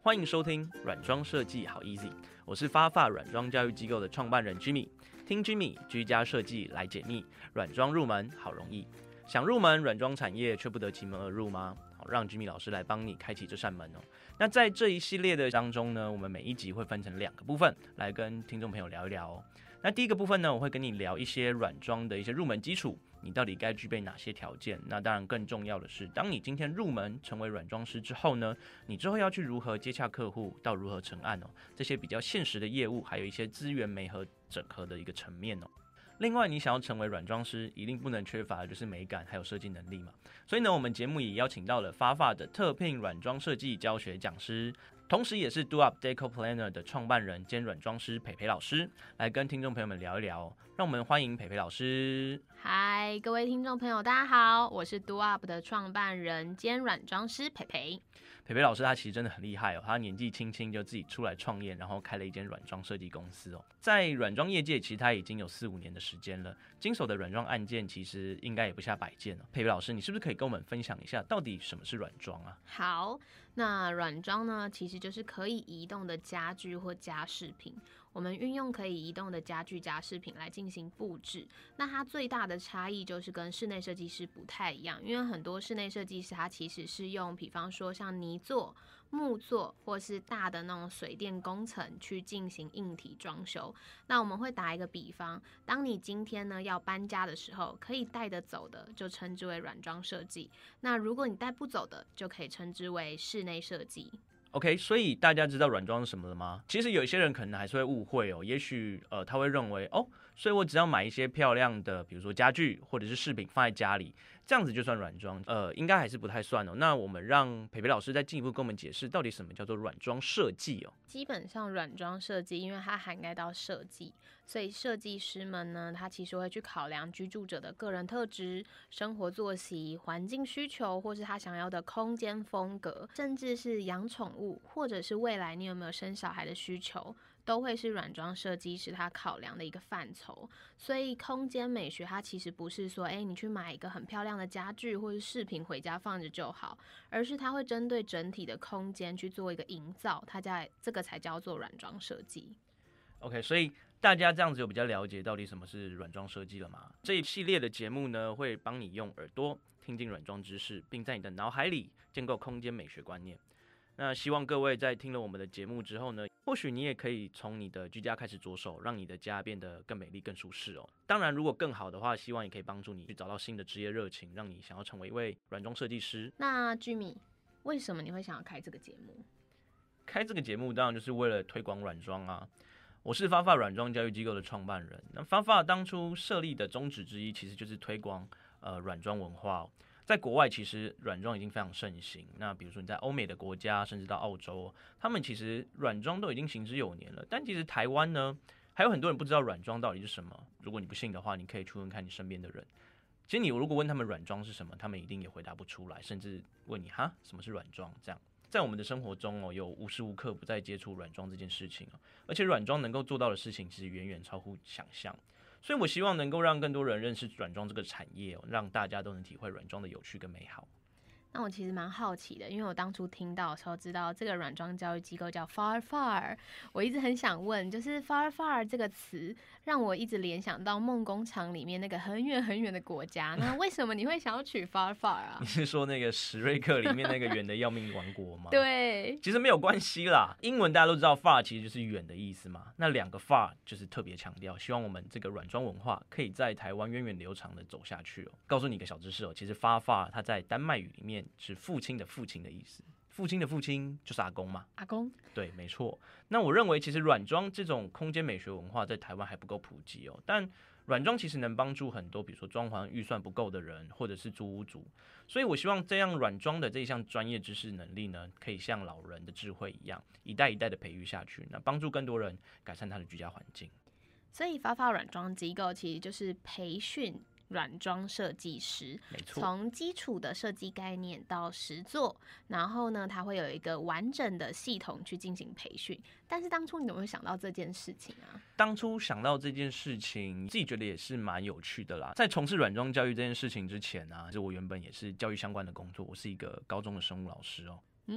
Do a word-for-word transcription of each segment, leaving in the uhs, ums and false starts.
欢迎收听软装设计好 easy， 我是发发软装教育机构的创办人 Jimmy， 听 Jimmy 居家设计来解密，软装入门好容易。想入门软装产业却不得其门而入吗？好，让 Jimmy 老师来帮你开启这扇门哦。那在这一系列的当中呢，我们每一集会分成两个部分来跟听众朋友聊一聊哦。那第一个部分呢，我会跟你聊一些软装的一些入门基础，你到底该具备哪些条件？那当然更重要的是，当你今天入门成为软装师之后呢，你之后要去如何接洽客户，到如何成案哦，这些比较现实的业务，还有一些资源媒合整合的一个层面哦。另外，你想要成为软装师，一定不能缺乏的就是美感还有设计能力嘛。所以呢，我们节目也邀请到了发发的特聘软装设计教学讲师，同时也是 Do Up Deco Planner 的创办人兼软装师培培老师，来跟听众朋友们聊一聊。让我们欢迎培培老师。 嗨，各位听众朋友，大家好，我是 Do Up 的创办人兼软装师培培。 培培老师他其实真的很厉害哦，他年纪轻轻就自己出来创业，然后开了一间软装设计公司哦。在软装业界，其实他已经有四五年的时间了，经手的软装案件其实应该也不下百件哦。培培老师，你是不是可以跟我们分享一下，到底什么是软装啊？ 好，那软装呢，其实就是可以移动的家具或家饰品。我们运用可以移动的家具家饰品来进行布置，那它最大的差异就是跟室内设计师不太一样，因为很多室内设计师他其实是用比方说像泥作、木作或是大的那种水电工程去进行硬体装修。那我们会打一个比方，当你今天呢要搬家的时候，可以带得走的就称之为软装设计，那如果你带不走的，就可以称之为室内设计。 OK， 所以大家知道软装是什么了吗？其实有一些人可能还是会误会哦，也许呃他会认为哦，所以我只要买一些漂亮的，比如说家具或者是饰品放在家里，这样子就算软装，呃，应该还是不太算哦。那我们让培培老师再进一步跟我们解释，到底什么叫做软装设计哦？ 基本上软装设计，因为它涵盖到设计，所以设计师们呢，他其实会去考量居住者的个人特质、生活作息、环境需求，或是他想要的空间风格，甚至是养宠物，或者是未来你有没有生小孩的需求，都会是软装设计师他考量的一个范畴。所以空间美学它其实不是说，哎，你去买一个很漂亮的家具或是饰品回家放着就好，而是它会针对整体的空间去做一个营造，它在这个才叫做软装设计。 OK， 所以大家这样子有比较了解到底什么是软装设计了吗？这一系列的节目呢，会帮你用耳朵听进软装知识，并在你的脑海里建构空间美学观念。那希望各位在听了我们的节目之后呢，或许你也可以从你的居家开始着手，让你的家变得更美丽、更舒适哦。当然，如果更好的话，希望也可以帮助你去找到新的职业热情，让你想要成为一位软装设计师。 那 Jimmy， 为什么你会想要开这个节目？ 开这个节目当然就是为了推广软装啊。我是发发软装教育机构的创办人。那发发当初设立的宗旨之一，其实就是推广呃软装文化哦。在国外，其实软装已经非常盛行。那比如说你在欧美的国家，甚至到澳洲，他们其实软装都已经行之有年了。但其实台湾呢，还有很多人不知道软装到底是什么。如果你不信的话，你可以去问看你身边的人。其实你如果问他们软装是什么，他们一定也回答不出来，甚至问你哈什么是软装这样。在我们的生活中哦，有无时无刻不在接触软装这件事情哦，而且软装能够做到的事情，其实远远超乎想象。所以我希望能够让更多人认识软装这个产业哦，让大家都能体会软装的有趣跟美好。 那我其实蛮好奇的，因为我当初听到的时候知道这个软装教育机构叫 Far Far， 我一直很想问，就是 Far Far 这个词让我一直联想到梦工厂里面那个很远很远的国家。那为什么你会想要取 Far Far 啊？ 你是说那个史瑞克里面那个远的要命王国吗？ 对， 其实没有关系啦。英文大家都知道 far 其实就是远的意思嘛。那两个 far 就是特别强调，希望我们这个软装文化可以在台湾源远流长的走下去哦。告诉你一个小知识哦，其实 far far 它在丹麦语里面是父亲的父亲的意思。父亲的父亲就是阿公嘛， 阿公， 对，没错。那我认为其实软装这种空间美学文化在台湾还不够普及哦，但软装其实能帮助很多，比如说装潢预算不够的人，或者是租屋族。所以我希望这样软装的这一项专业知识能力呢，可以像老人的智慧一样，一代一代的培育下去，那帮助更多人改善他的居家环境。 所以发发软装机构其实就是培训软装设计师， 没错， 从基础的设计概念到实作，然后呢，它会有一个完整的系统去进行培训。但是当初你怎么会想到这件事情啊？ 当初想到这件事情，自己觉得也是蛮有趣的啦。在从事软装教育这件事情之前啊，就我原本也是教育相关的工作，我是一个高中的生物老师哦。 嗯，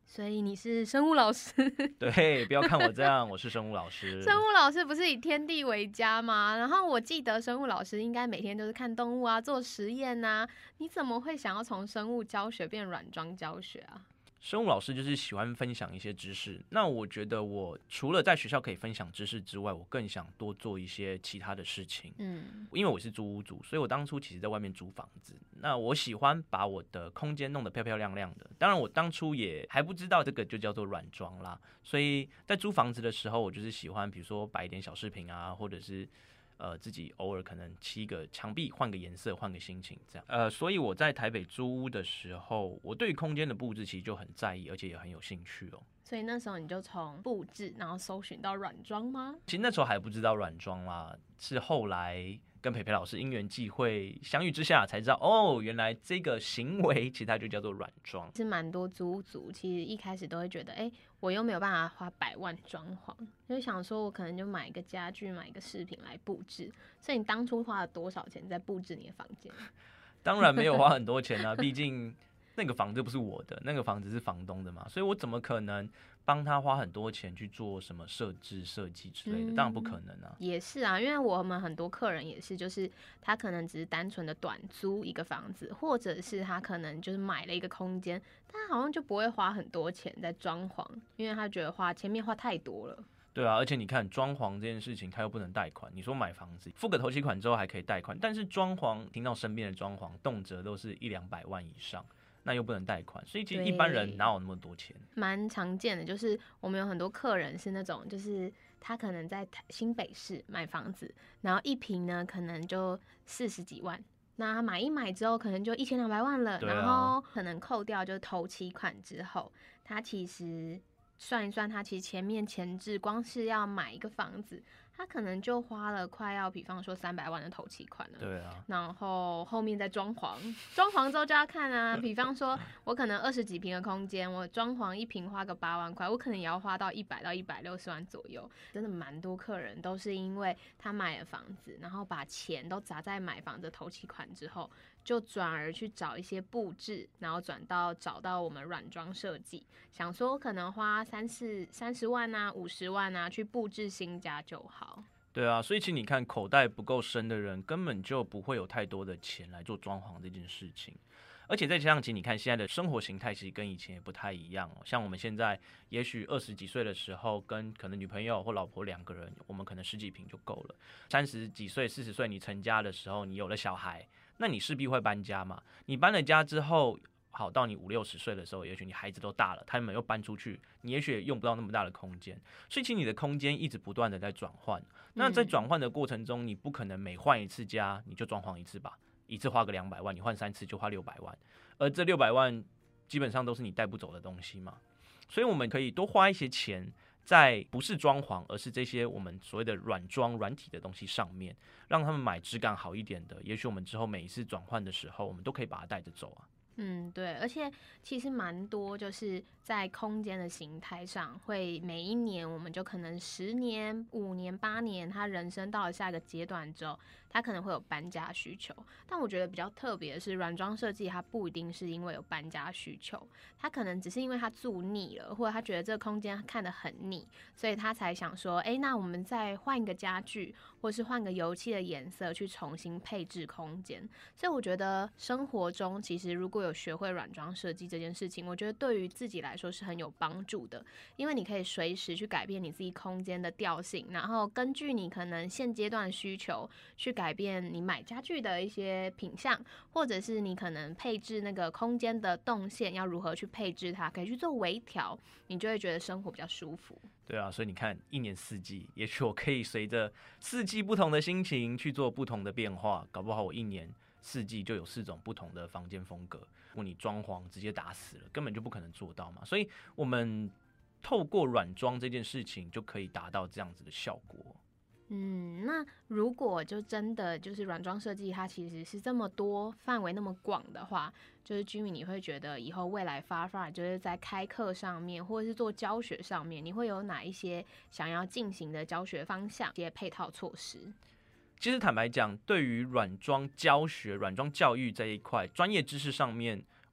所以你是生物老师？ 对，不要看我这样，我是生物老师。 生物老师不是以天地为家吗？然后我记得生物老师应该每天都是看动物啊，做实验啊，你怎么会想要从生物教学变软装教学啊？ 生物老师就是喜欢分享一些知识，那我觉得我除了在学校可以分享知识之外，我更想多做一些其他的事情。嗯，因为我是租屋族，所以我当初其实在外面租房子，那我喜欢把我的空间弄得漂漂亮亮的。当然我当初也还不知道这个就叫做软装啦，所以在租房子的时候，我就是喜欢比如说摆一点小饰品啊，或者是呃，自己偶尔可能漆个墙壁，换个颜色，换个心情，这样。呃，所以我在台北租屋的时候，我对于空间的布置其实就很在意，而且也很有兴趣哦。 所以那时候你就从布置，然后搜寻到软装吗？ 其实那时候还不知道软装啦，是后来跟培培老师因缘际会相遇之下才知道，哦，原来这个行为其实它就叫做软装。 是蛮多租屋族其实一开始都会觉得，哎、欸，我又没有办法花百万装潢，就想说我可能就买一个家具，买一个饰品来布置。所以你当初花了多少钱在布置你的房间？ 当然没有花很多钱啊，毕竟那个房子不是我的，那个房子是房东的嘛，所以我怎么可能帮他花很多钱去做什么设置设计之类的、嗯、当然不可能啊。 也是啊，因为我们很多客人也是，就是他可能只是单纯的短租一个房子，或者是他可能就是买了一个空间，但他好像就不会花很多钱在装潢，因为他觉得花前面花太多了。 对啊，而且你看装潢这件事情，他又不能贷款。你说买房子付个头期款之后还可以贷款，但是装潢，听到身边的装潢动辄都是一两百万以上，那又不能贷款，所以其实一般人哪有那么多钱？ 蛮常见的，就是我们有很多客人是那种，就是他可能在新北市买房子，然后一坪呢可能就四十几万。那他买一买之后，可能就一千两百万了、啊，然后可能扣掉就是头期款之后，他其实算一算，他其实前面前置光是要买一个房子，他可能就花了快要，比方说三百万的头期款了。 对啊。 然后后面再装潢，装潢之后就要看啊，比方说我可能二十几坪的空间，我装潢一坪花个八万块，我可能也要花到一百到一百六十万左右。真的蛮多客人都是因为他买了房子，然后把钱都砸在买房子的头期款之后，就转而去找一些布置，然后转到找到我们软装设计，想说可能花三四三十万啊、五十万啊去布置新家就好。 对啊，所以其实你看，口袋不够深的人根本就不会有太多的钱来做装潢这件事情。而且再加上，其实你看现在的生活形态其实跟以前也不太一样哦。像我们现在，也许二十几岁的时候，跟可能女朋友或老婆两个人，我们可能十几坪就够了。三十几岁、四十岁你成家的时候，你有了小孩，那你势必会搬家嘛。你搬了家之后，好，到你五六十岁的时候，也许你孩子都大了，他们又搬出去，你也许也用不到那么大的空间，所以其实你的空间一直不断的在转换。那在转换的过程中，你不可能每换一次家你就装潢一次吧，一次花个两百万，你换三次就花六百万，而这六百万基本上都是你带不走的东西嘛。所以我们可以多花一些钱在不是装潢，而是这些我们所谓的软装软体的东西上面，让他们买质感好一点的，也许我们之后每一次转换的时候，我们都可以把它带着走啊。 嗯，对，而且其实蛮多，就是在空间的形态上，会每一年我们就可能十年、五年、八年，他人生到了下一个阶段之后，他可能会有搬家需求。但我觉得比较特别的是，软装设计它不一定是因为有搬家需求，他可能只是因为他住腻了，或者他觉得这个空间看得很腻，所以他才想说，哎，那我们再换一个家具，或是换个油漆的颜色，去重新配置空间。所以我觉得生活中其实如果有学会软装设计这件事情，我觉得对于自己来说是很有帮助的，因为你可以随时去改变你自己空间的调性，然后根据你可能现阶段的需求去改变你买家具的一些品项，或者是你可能配置那个空间的动线要如何去配置它，可以去做微调，你就会觉得生活比较舒服。 对啊，所以你看一年四季，也许我可以随着四季不同的心情去做不同的变化，搞不好我一年四季就有四种不同的房间风格。如果你装潢直接打死了，根本就不可能做到嘛。所以我们透过软装这件事情就可以达到这样子的效果。 嗯，那如果就真的就是软装设计，它其实是这么多范围那么广的话，就是 Jimmy， 你会觉得以后未来发发就是在开课上面，或者是做教学上面，你会有哪一些想要进行的教学方向、一些配套措施？ 其实坦白讲，对于软装教学、软装教育这一块专业知识上面，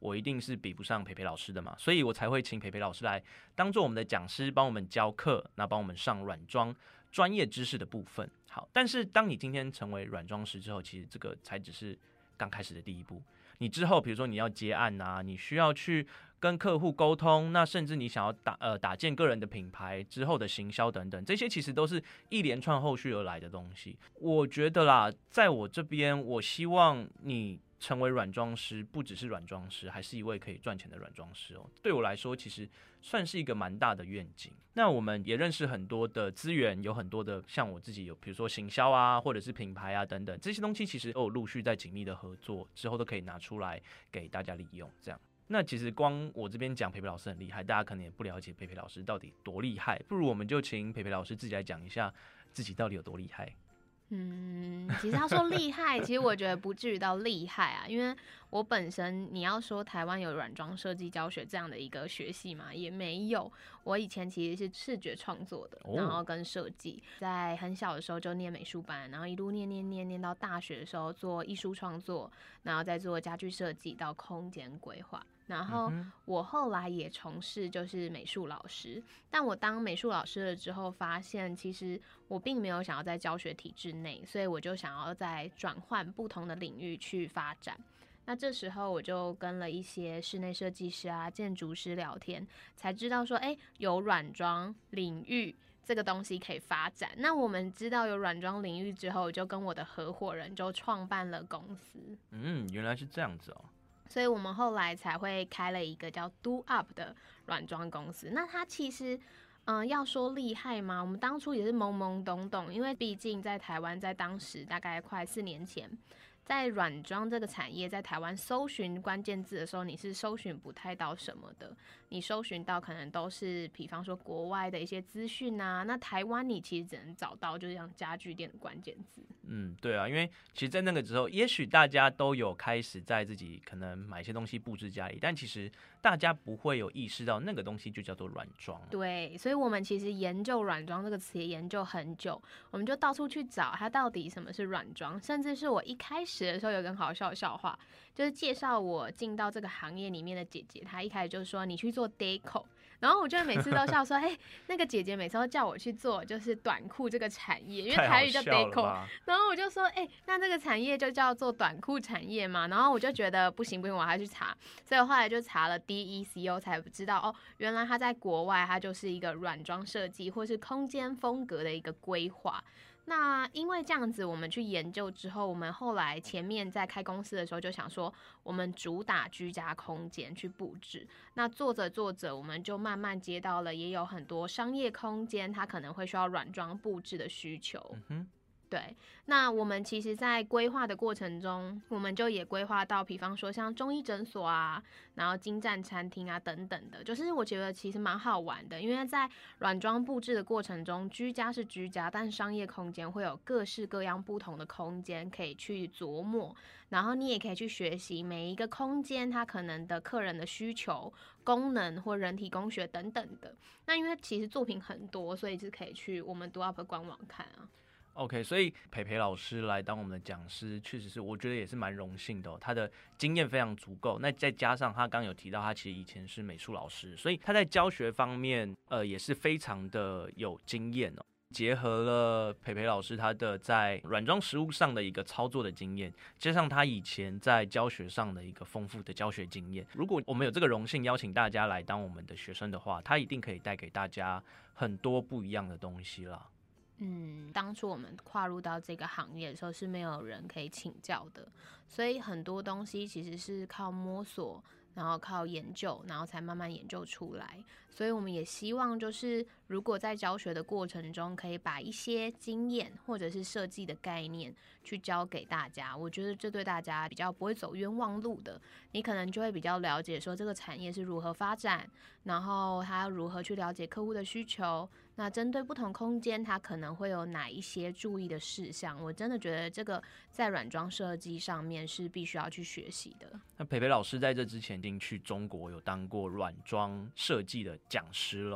我一定是比不上培培老师的嘛，所以我才会请培培老师来当做我们的讲师，帮我们教课，那帮我们上软装专业知识的部分。好，但是当你今天成为软装师之后，其实这个才只是刚开始的第一步。你之后比如说你要接案啊，你需要去跟客户沟通，那甚至你想要打呃打建个人的品牌之后的行销等等，这些其实都是一连串后续而来的东西。我觉得啦，在我这边，我希望你成为软装师，不只是软装师，还是一位可以赚钱的软装师哦。对我来说，其实算是一个蛮大的愿景。那我们也认识很多的资源，有很多的像我自己有，比如说行销啊，或者是品牌啊等等，这些东西其实都有陆续在紧密的合作，之后都可以拿出来给大家利用。这样，那其实光我这边讲培培老师很厉害，大家可能也不了解培培老师到底多厉害，不如我们就请培培老师自己来讲一下自己到底有多厉害。 嗯，其实他说厉害，其实我觉得不至于到厉害啊，因为我本身你要说台湾有软装设计教学这样的一个学系嘛，也没有。我以前其实是视觉创作的，然后跟设计，在很小的时候就念美术班，然后一路念念念念到大学的时候做艺术创作，然后再做家具设计到空间规划。然后我后来也从事就是美术老师，但我当美术老师了之后，发现其实我并没有想要在教学体制内，所以我就想要再转换不同的领域去发展。那这时候我就跟了一些室内设计师啊、建筑师聊天，才知道说，哎，有软装领域这个东西可以发展。那我们知道有软装领域之后，就跟我的合伙人就创办了公司。 嗯，原来是这样子哦。 所以我们后来才会开了一个叫 Do Up 的软装公司。那它其实，嗯、呃，要说厉害吗？我们当初也是懵懵懂懂，因为毕竟在台湾，在当时大概快四年前，在软装这个产业，在台湾搜寻关键字的时候，你是搜寻不太到什么的。你搜寻到可能都是，比方说国外的一些资讯啊。那台湾你其实只能找到，就是像家具店的关键字。 嗯，对啊，因为其实，在那个时候，也许大家都有开始在自己可能买一些东西布置家里，但其实大家不会有意识到那个东西就叫做软装。 对，所以我们其实研究软装这个词也研究很久，我们就到处去找它到底什么是软装，甚至是我一开始的时候有个很好笑的笑话，就是介绍我进到这个行业里面的姐姐，她一开始就说你去做 deco。然后我就每次都笑说，哎、欸，那个姐姐每次都叫我去做就是短裤这个产业，因为台语叫 deco。然后我就说，哎、欸，那这个产业就叫做短裤产业嘛。然后我就觉得不行不行，我还要去查。所以后来就查了 D E C O， 才知道哦，原来它在国外它就是一个软装设计或是空间风格的一个规划。那因为这样子，我们去研究之后，我们后来前面在开公司的时候就想说，我们主打居家空间去布置。那做着做着，我们就慢慢接到了，也有很多商业空间，它可能会需要软装布置的需求。嗯对，那我们其实在规划的过程中，我们就也规划到，比方说像中医诊所啊，然后精湛餐厅啊等等的，就是我觉得其实蛮好玩的，因为在软装布置的过程中，居家是居家，但商业空间会有各式各样不同的空间可以去琢磨，然后你也可以去学习每一个空间它可能的客人的需求、功能或人体工学等等的。那因为其实作品很多，所以是可以去我们 Do Up 官网看啊。 OK， 所以培培老师来当我们的讲师，确实是我觉得也是蛮荣幸的哦。他的经验非常足够，那再加上他刚有提到，他其实以前是美术老师，所以他在教学方面，呃，也是非常的有经验哦。结合了培培老师他的在软装实务上的一个操作的经验，加上他以前在教学上的一个丰富的教学经验，如果我们有这个荣幸邀请大家来当我们的学生的话，他一定可以带给大家很多不一样的东西啦。 嗯，当初我们跨入到这个行业的时候是没有人可以请教的，所以很多东西其实是靠摸索，然后靠研究，然后才慢慢研究出来。所以我们也希望就是如果在教学的过程中可以把一些经验或者是设计的概念去教给大家，我觉得这对大家比较不会走冤枉路的，你可能就会比较了解说这个产业是如何发展，然后它要如何去了解客户的需求，那针对不同空间它可能会有哪一些注意的事项，我真的觉得这个在软装设计上面是必须要去学习的。 那培培老师在这之前已经去中国有当过软装设计的讲师咯，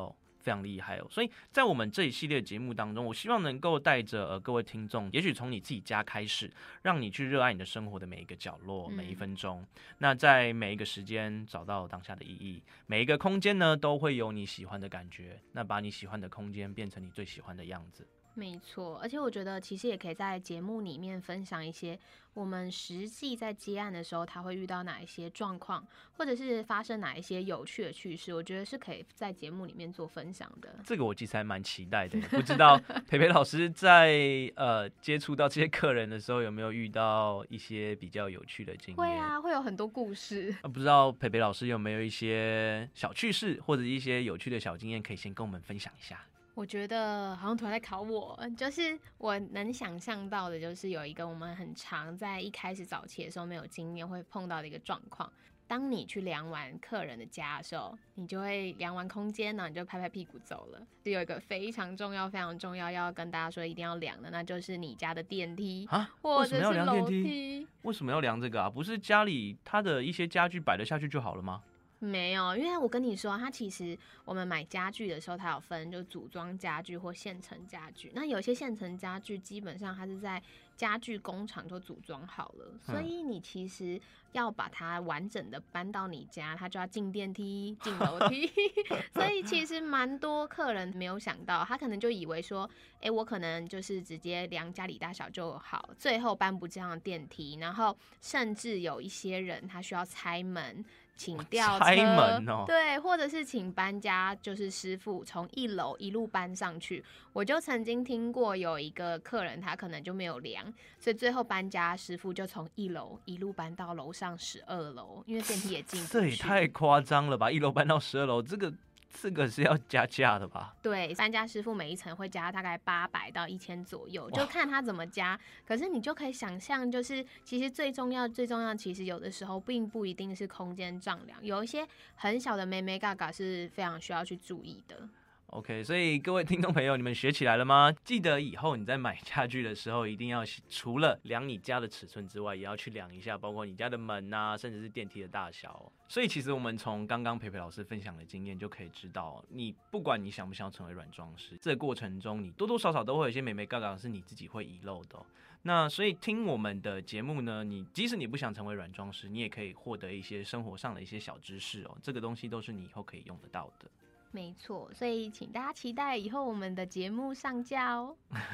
非常厉害哦。所以在我们这一系列节目当中，我希望能够带着呃各位听众，也许从你自己家开始，让你去热爱你的生活的每一个角落、每一分钟。嗯、那在每一个时间找到当下的意义，每一个空间呢都会有你喜欢的感觉。那把你喜欢的空间变成你最喜欢的样子。 没错，而且我觉得其实也可以在节目里面分享一些我们实际在接案的时候他会遇到哪一些状况，或者是发生哪一些有趣的趣事，我觉得是可以在节目里面做分享的。 这个我其实还蛮期待的，不知道培培老师在呃接触到这些客人的时候有没有遇到一些比较有趣的经验？ 会啊，会有很多故事。 啊、不知道培培老师有没有一些小趣事或者一些有趣的小经验，可以先跟我们分享一下？ 我觉得好像突然在考我，就是我能想象到的，就是有一个我们很常在一开始早期的时候没有经验会碰到的一个状况。当你去量完客人的家的时候，你就会量完空间呢，你就拍拍屁股走了。就有一个非常重要、非常重要要跟大家说一定要量的，那就是你家的电梯啊， 或者是楼梯。为什么要量这个啊？不是家里它的一些家具摆得下去就好了吗？ 没有，因为我跟你说，它其实我们买家具的时候，它有分就组装家具或现成家具。那有些现成家具基本上它是在家具工厂就组装好了，嗯、所以你其实要把它完整的搬到你家，它就要进电梯、进楼梯。所以其实蛮多客人没有想到，他可能就以为说，哎、欸，我可能就是直接量家里大小就好，最后搬不上电梯，然后甚至有一些人他需要拆门。请吊车， 拆门哦， 对，或者是请搬家，就是师傅从一楼一路搬上去。我就曾经听过有一个客人，他可能就没有量，所以最后搬家师傅就从一楼一路搬到楼上十二楼，因为电梯也进不去。 这也太夸张了吧！一楼搬到十二楼，这个。这个是要加价的吧？ 对，搬家师傅每一层会加大概八百到一千左右，就看他怎么加。可是你就可以想象，就是其实最重要、最重要，其实有的时候并不一定是空间丈量，有一些很小的眉眉角角是非常需要去注意的。 OK， 所以各位听众朋友，你们学起来了吗？记得以后你在买家具的时候，一定要除了量你家的尺寸之外，也要去量一下，包括你家的门啊，甚至是电梯的大小哦。所以其实我们从刚刚培培老师分享的经验就可以知道，你不管你想不想成为软装师，这个过程中你多多少少都会有一些眉眉角角是你自己会遗漏的哦。那所以听我们的节目呢，你即使你不想成为软装师，你也可以获得一些生活上的一些小知识哦。这个东西都是你以后可以用得到的。 没错，所以请大家期待以后我们的节目上架哦。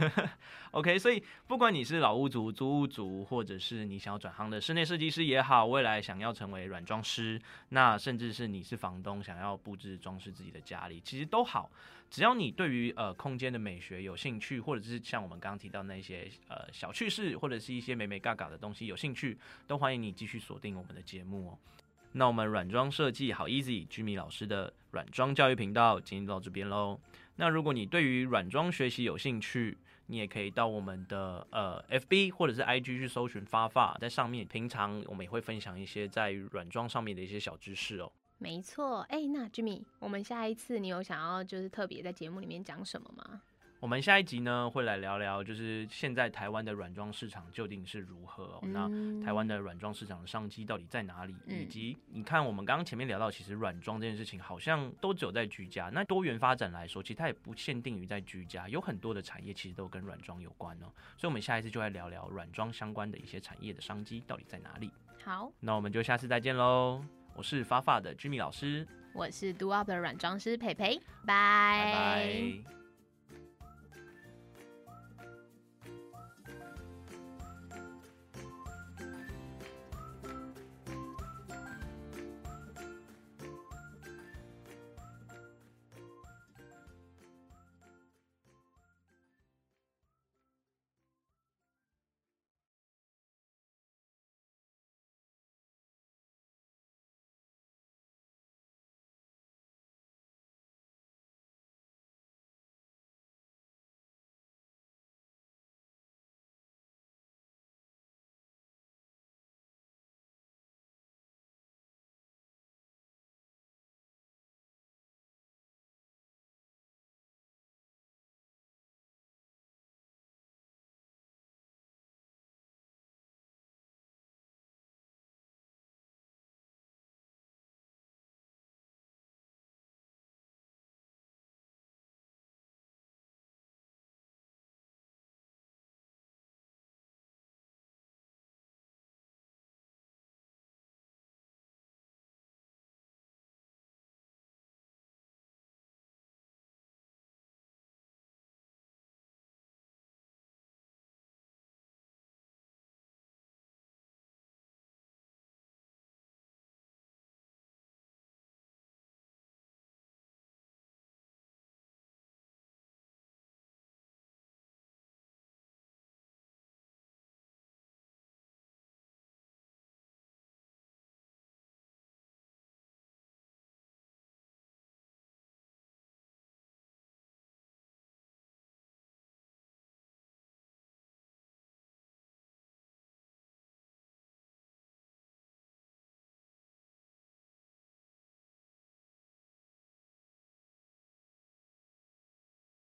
OK， 所以不管你是老屋族、租屋族，或者是你想要转行的室内设计师也好，未来想要成为软装师，那甚至是你是房东想要布置装饰自己的家里，其实都好。只要你对于呃空间的美学有兴趣，或者是像我们刚刚提到那些呃小趣事，或者是一些美美嘎嘎的东西有兴趣，都欢迎你继续锁定我们的节目哦。那我们软装设计好 easy Jimmy 老师的软装教育频道今天到这边咯。那如果你对于软装学习有兴趣，你也可以到我们的呃 F B 或者是 I G 去搜寻发发，在上面平常我们也会分享一些在软装上面的一些小知识哦。 没错，哎、欸，那 Jimmy， 我们下一次你有想要就是特别在节目里面讲什么吗？ 我们下一集呢会来聊聊，就是现在台湾的软装市场究竟是如何哦。嗯、那台湾的软装市场的商机到底在哪里？嗯、以及你看我们刚刚前面聊到，其实软装这件事情好像都只有在居家。那多元发展来说，其实它也不限定于在居家，有很多的产业其实都跟软装有关哦。所以我们下一次就来聊聊软装相关的一些产业的商机到底在哪里。 好， 那我们就下次再见喽。我是发发的 Jimmy 老师， 我是 Do Up 的软装师培培，拜拜拜。